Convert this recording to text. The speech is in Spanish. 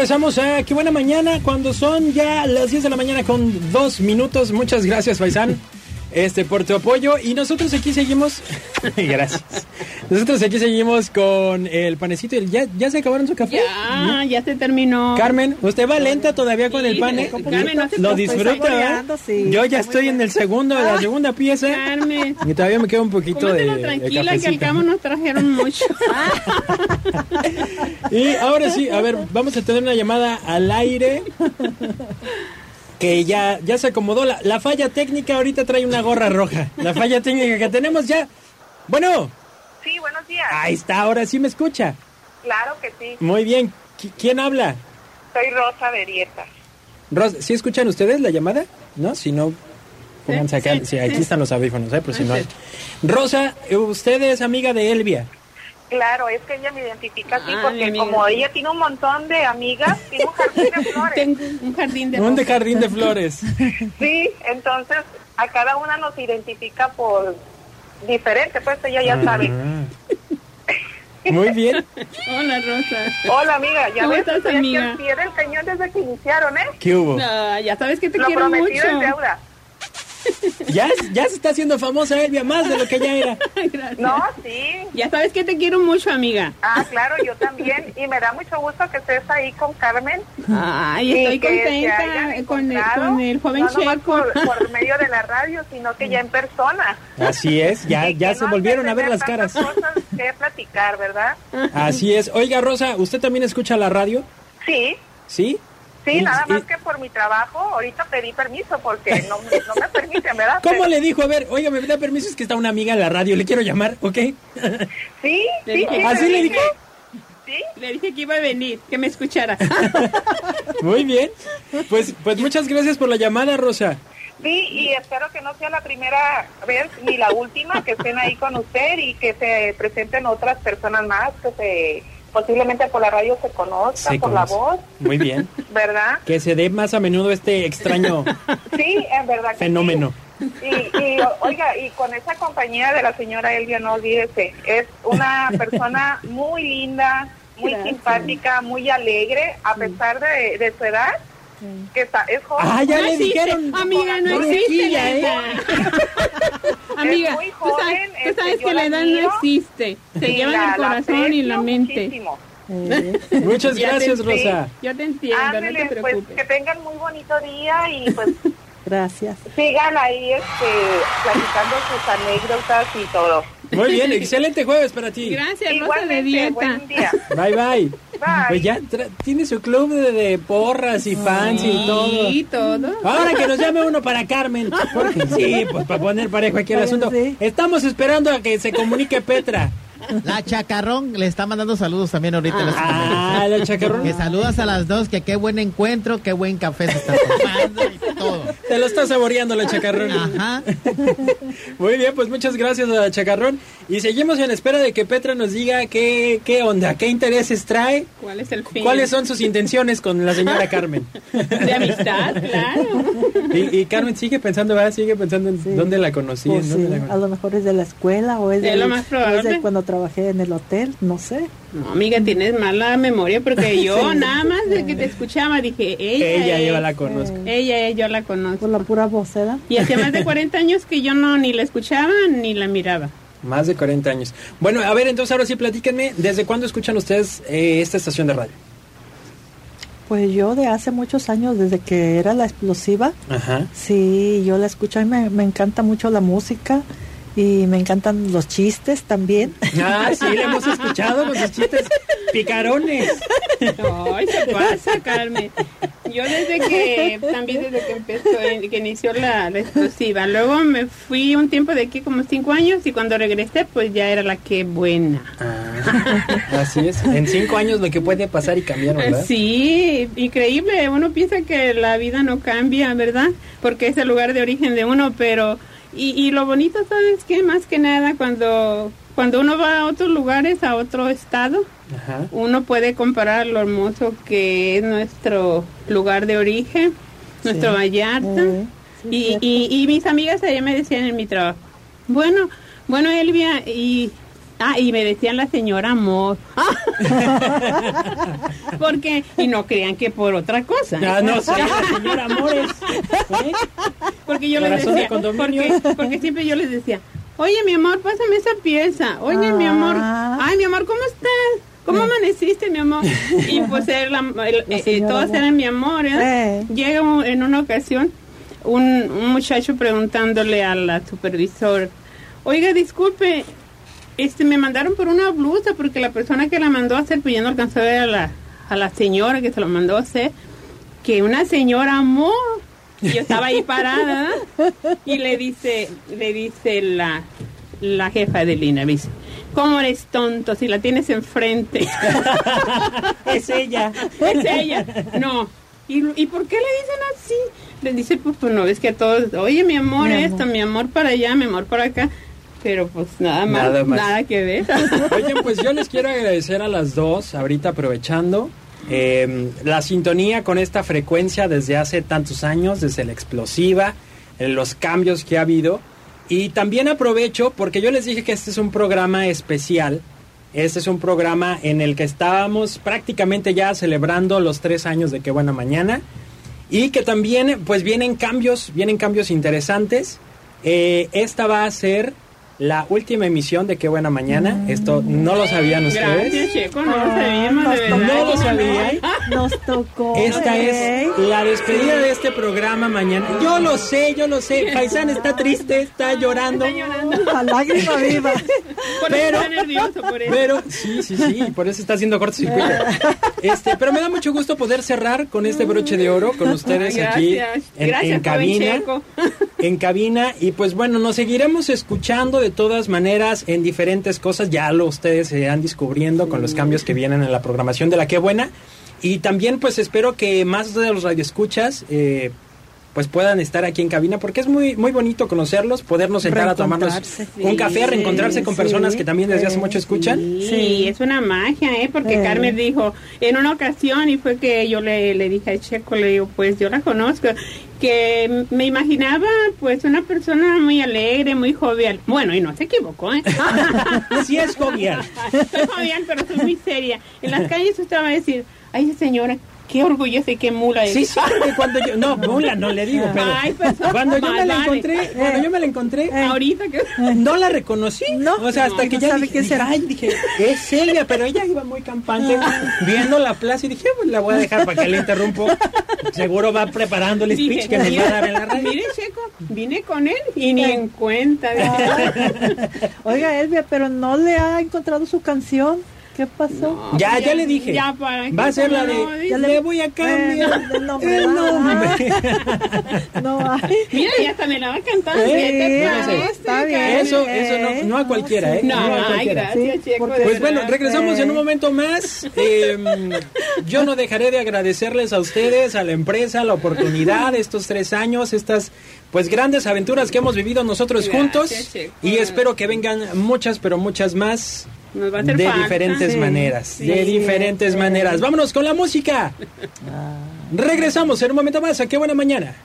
regresamos a Qué Buena Mañana cuando son ya las 10 de la mañana con 2 minutos. Muchas gracias, Faisán, por tu apoyo. Y nosotros aquí seguimos. Gracias. Nosotros aquí seguimos con el panecito. ¿Ya se acabaron su café? Ya se terminó. Carmen, usted va lenta todavía con el pane. Carmen, no lo disfruta. Sí, yo ya estoy en el segundo, la segunda pieza. Carmen. Y todavía me queda un poquito tranquila, que al cabo nos trajeron mucho. Y ahora sí, a ver, vamos a tener una llamada al aire. Que ya se acomodó la falla técnica. Ahorita trae una gorra roja. La falla técnica que tenemos ya. Bueno. Sí, buenos días. Ahí está, ahora sí me escucha. Claro que sí. Muy bien. ¿Quién habla? Soy Rosa Berrieta. Rosa, ¿sí escuchan ustedes la llamada? ¿No? Si no, pónganse acá. Sí, aquí están los audífonos, por si no hay. Rosa, usted es amiga de Elvia. Claro, es que ella me identifica así porque como ella tiene un montón de amigas, tiene un jardín de flores. Tengo un jardín de flores. Un jardín de flores. Sí, entonces a cada una nos identifica por diferente, pues ella ya sabe. Muy bien. Hola, Rosa. Hola, amiga. Ya ¿Cómo ves, estás, amiga? Al pie del cañón desde que iniciaron, ¿eh? ¿Qué hubo? No, ya sabes que te Lo quiero mucho. Lo prometido es deuda. Ya se está haciendo famosa Elvia, más de lo que ya era. Gracias. No, sí. Ya sabes que te quiero mucho, amiga. Claro, yo también. Y me da mucho gusto que estés ahí con Carmen. Ay, estoy contenta con el joven Checo. Por medio de la radio, sino que ya en persona. Así es, ya se volvieron a ver las caras. Cosas que platicar, ¿verdad? Así es. Oiga, Rosa, ¿usted también escucha la radio? Sí. ¿Sí? Sí, nada más que por mi trabajo, ahorita pedí permiso porque no me permiten, ¿verdad? ¿Cómo le dijo? A ver, oiga, me da permiso, es que está una amiga en la radio, le quiero llamar, ¿ok? Sí. ¿Así le dijo? Sí. Le dije que iba a venir, que me escuchara. Muy bien. Pues muchas gracias por la llamada, Rosa. Sí, y espero que no sea la primera vez ni la última que estén ahí con usted y que se presenten otras personas más que posiblemente por la radio se conozca, la voz. Muy bien. ¿Verdad? Que se dé más a menudo este extraño sí, en verdad fenómeno. Sí. Y oiga, y con esa compañía de la señora Elvia, no olvídese, es una persona muy linda, muy simpática, muy alegre, a pesar de su edad. Que es joven. Ya le dijeron. Amiga, no existe la edad. Amiga, es muy joven, tú sabes que la edad no existe. Se llevan el corazón y la mente. Muchas gracias, Rosa. Yo te entiendo, ándale, no te preocupes. Pues que tengan muy bonito día y pues gracias. Sigan ahí platicando sus anécdotas y todo. Muy bien, excelente jueves para ti. Gracias, Rosa de Dieta. Buen día. Bye. Bye. Pues ya tiene su club de porras y fans y todo. Sí, todo. Ahora que nos llame uno para Carmen. Porque sí, pues para poner parejo aquí el asunto. Sí. Estamos esperando a que se comunique Petra. La Chacarrón le está mandando saludos también ahorita. La Chacarrón. Que saludas a las dos, que qué buen encuentro, qué buen café se está tomando y todo. Te lo está saboreando la Chacarrón. Ajá. Muy bien, pues muchas gracias a la Chacarrón. Y seguimos en espera de que Petra nos diga qué onda, qué intereses trae. ¿Cuál es el fin? ¿Cuáles son sus intenciones con la señora Carmen? De amistad, claro. Y Carmen sigue pensando en dónde la conocí. Pues sí, a lo mejor es de la escuela o es de lo más probable. Es de cuando trabajé en el hotel, no sé. No, amiga, tienes mala memoria porque yo nada más de que te escuchaba dije, ella yo la conozco. Yo la conozco. Por la pura vocera. Y hacía más de 40 años que yo ni la escuchaba ni la miraba. Más de 40 años. Bueno, a ver, entonces ahora sí platíquenme, ¿desde cuándo escuchan ustedes esta estación de radio? Pues yo de hace muchos años, desde que era La Explosiva. Ajá. Sí, yo la escucho y me encanta mucho la música. Y me encantan los chistes también. Sí, le hemos escuchado con sus chistes picarones. Ay, se pasa, Carmen. Yo desde que empezó, que inició la Explosiva. Luego me fui un tiempo de aquí como 5 años y cuando regresé pues ya era la que buena. Así es. En 5 años lo que puede pasar y cambiar, ¿verdad? Sí, increíble. Uno piensa que la vida no cambia, ¿verdad? Porque es el lugar de origen de uno, pero... Y lo bonito, ¿sabes qué? Más que nada, cuando uno va a otros lugares, a otro estado, ajá, uno puede comparar lo hermoso que es nuestro lugar de origen, nuestro Vallarta. Sí, y mis amigas allá me decían en mi trabajo, bueno, Elvia, y y me decían la señora amor. Porque, y no crean que por otra cosa. No, sí, la señora Amores. Porque yo les decía, porque siempre yo les decía, oye, mi amor, pásame esa pieza. Oye, mi amor, ay, mi amor, ¿cómo estás? ¿Cómo amaneciste, mi amor? Y pues todas eran mi amor, ¿eh? Llega en una ocasión un muchacho preguntándole a la supervisora, oiga, disculpe, me mandaron por una blusa porque la persona que la mandó a hacer, pues ya no alcanzó a ver a la señora que se lo mandó a hacer, que una señora amor. Y yo estaba ahí parada, y le dice la jefa de Lina, dice, ¿cómo eres tonto si la tienes enfrente? Es ella. Es ella. No. ¿Y por qué le dicen así? Le dice, pues no, ves que a todos, oye, mi amor, esto, mi amor para allá, mi amor para acá. Pero pues nada más. Nada que ver. Oye, pues yo les quiero agradecer a las dos, ahorita aprovechando la sintonía con esta frecuencia desde hace tantos años, desde la explosiva, los cambios que ha habido. Y también aprovecho porque yo les dije que este es un programa especial. Este es un programa en el que estábamos prácticamente ya celebrando los 3 años de Qué Buena Mañana. Y que también pues vienen cambios interesantes. Esta va a ser la última emisión de Qué Buena Mañana. Esto no lo sabían ustedes. Gracias, Checo, no lo sabíamos, de verdad. No lo sabían. Nos tocó. Esta es la despedida de este programa mañana. Yo lo sé. Faisán está triste, está llorando. La lágrima viva. Pero está nervioso por eso. Pero sí, por eso está haciendo cortocircuito. Pero me da mucho gusto poder cerrar con este broche de oro con ustedes aquí en cabina. En cabina, y pues bueno, nos seguiremos escuchando de todas maneras en diferentes cosas. Ya ustedes se irán descubriendo con los cambios que vienen en la programación de la Qué Buena. Y también pues espero que más de los radioescuchas pues puedan estar aquí en cabina, porque es muy muy bonito conocerlos, podernos sentar a tomarnos un café, reencontrarse con personas que también desde hace mucho escuchan. Sí, es una magia, porque Carmen dijo en una ocasión, y fue que yo le dije a Checo, le digo, pues yo la conozco, que me imaginaba pues una persona muy alegre, muy jovial. Bueno, y no se equivocó, Sí es jovial. Soy jovial, pero soy muy seria. En las calles usted va a decir, ay, señora, qué orgullosa y qué mula es. Sí, porque cuando yo... No, mula no le digo, pero... Ay, pues, cuando yo me la encontré... ahorita que... No la reconocí. No. O sea, hasta que ya dije, es ella, pero ella iba muy campante viendo la plaza y dije, pues la voy a dejar para que le interrumpo. Seguro va preparando el speech que nos va a dar en la radio. Mire, Checo, vine con él y ni en cuenta. Oiga, Elvia, pero no le ha encontrado su canción. ¿Qué pasó? No, ya le dije. Ya, ¿para qué? Va a ser la de... Ya le voy a cambiar el nombre. No hay. Mira, ya hasta me la va a cantar. Está bien. Eso no a cualquiera, No, ay, gracias, Checo. Pues bueno, regresamos en un momento más. Yo no dejaré de agradecerles a ustedes, a la empresa, la oportunidad, estos 3 años, estas pues grandes aventuras que hemos vivido nosotros juntos. Checo. Y espero que vengan muchas, pero muchas más. Nos va a hacer falta. Diferentes maneras. De diferentes maneras. Vámonos con la música. Regresamos en un momento más a Qué Buena Mañana.